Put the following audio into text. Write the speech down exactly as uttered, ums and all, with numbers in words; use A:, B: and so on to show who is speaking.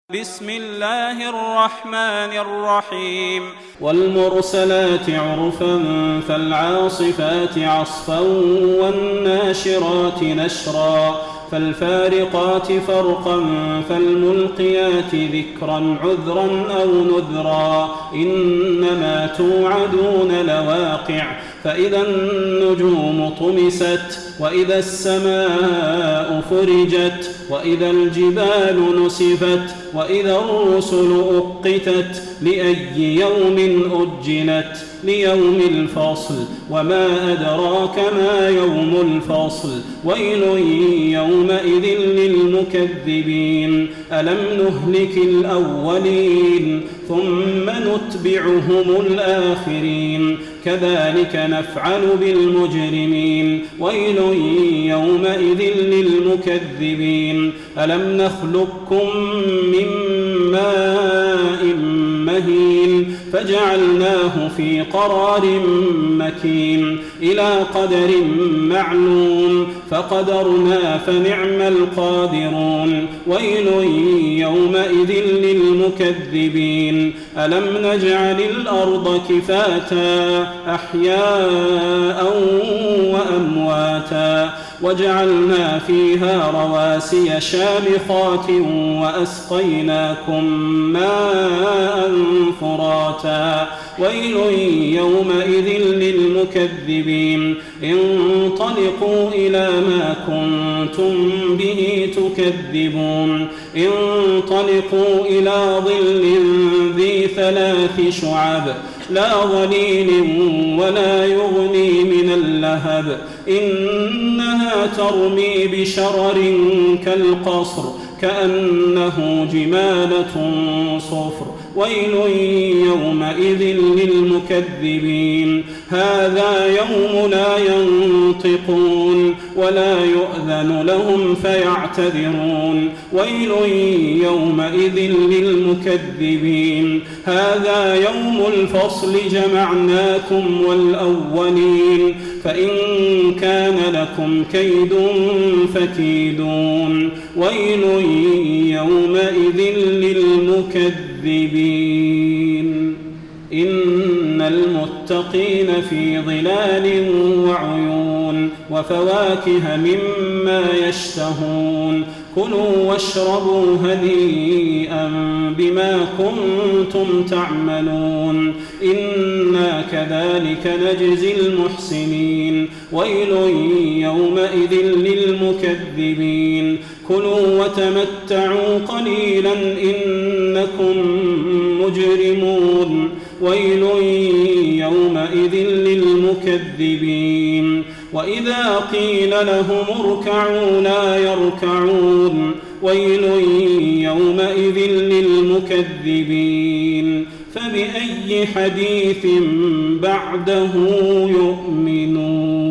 A: بسم الله الرحمن الرحيم
B: والمرسلات عرفا فالعاصفات عصفا والناشرات نشرا فالفارقات فرقا فالملقيات ذكرا عذرا أو نذرا إنما توعدون لواقع فإذا النجوم طمست وإذا السماء فرجت وإذا الجبال نسفت وإذا الرسل أقتت لأي يوم أجلت ليوم الفصل وما أدراك ما يوم الفصل ويل يومئذ للمكذبين ألم نهلك الأولين ثم نتبعهم الآخرين كذلك نفعل بالمجرمين ويل يومئذ للمكذبين ألم نخلقكم من ماء مهين فجعلناه في قرار مكين إلى قدر معلوم فقدرنا فنعم القادرون ويل يومئذ للمكذبين ألم نجعل الأرض كفاتا أحياء وأمواتا وجعلنا فيها رواسي شامخات وأسقيناكم ماء فراتا ويل يومئذ للمكذبين انطلقوا إلى ما كنتم به تكذبون انطلقوا إلى ظل ذي ثلاث شعب لا ظليل ولا يغني من اللهب إنها ترمي بشرر كالقصر كأنه جمالة صفر ويل يومئذ للمكذبين هذا يوم لا ينطقون ولا يؤذن لهم فيعتذرون ويل يومئذ للمكذبين هذا يوم الفصل جمعناكم والأولين فإن كان لكم كيد فكيدون ويل يومئذ للمكذبين إن المتقين في ظلال وعيون وفواكه مما يشتهون كلوا واشربوا هنيئا بما كنتم تعملون إنا كذلك نجزي المحسنين ويل يومئذ للمكذبين كلوا وتمتعوا قليلا إنكم مجرمون ويل يومئذ للمكذبين وإذا قيل لهم اركعوا لا يركعون ويل يومئذ للمكذبين فبأي حديث بعده يؤمنون.